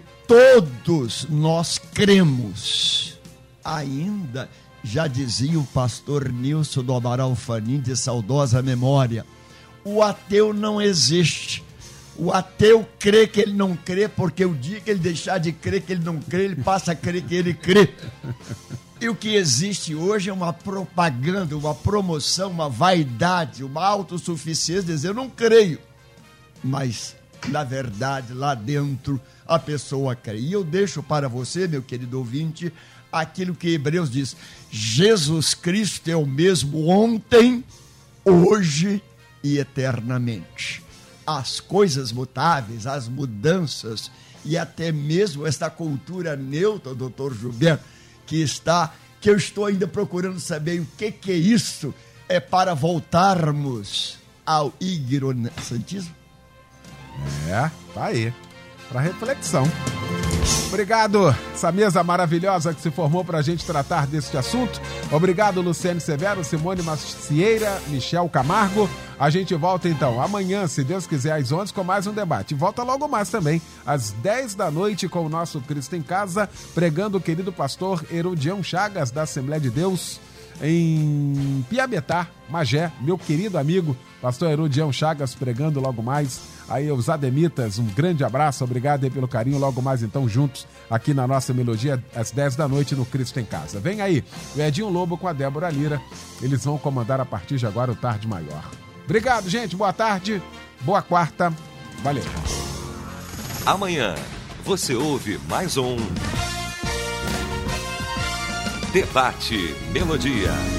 todos nós cremos. Ainda, já dizia o pastor Nilson do Amaral Fanim, de saudosa memória, o ateu não existe. O ateu crê que ele não crê, porque o dia que ele deixar de crer que ele não crê, ele passa a crer que ele crê. E o que existe hoje é uma propaganda, uma promoção, uma vaidade, uma autossuficiência, dizer eu não creio. Mas, na verdade, lá dentro, a pessoa crê. E eu deixo para você, meu querido ouvinte, aquilo que Hebreus diz: Jesus Cristo é o mesmo ontem, hoje e eternamente. As coisas mutáveis, as mudanças e até mesmo esta cultura neutra, doutor Gilberto, que eu estou ainda procurando saber o que é isso, é para voltarmos ao ignorantismo. Tá aí, para reflexão. Obrigado, essa mesa maravilhosa que se formou para a gente tratar deste assunto. Obrigado, Luciane Severo, Simone Macieira, Michel Camargo. A gente volta então amanhã, se Deus quiser, às 11 com mais um debate. E volta logo mais também, às 10 da noite, com o nosso Cristo em Casa, pregando o querido pastor Herodião Chagas, da Assembleia de Deus, em Piabetá, Magé, meu querido amigo, pastor Herodião Chagas, pregando logo mais. Aí os Ademitas, um grande abraço, obrigado aí pelo carinho, logo mais então juntos aqui na nossa melodia, às 10 da noite no Cristo em Casa. Vem aí, o Edinho Lobo com a Débora Lira, eles vão comandar a partir de agora o Tarde Maior. Obrigado, gente, boa tarde, boa quarta, valeu. Amanhã você ouve mais um Debate Melodia.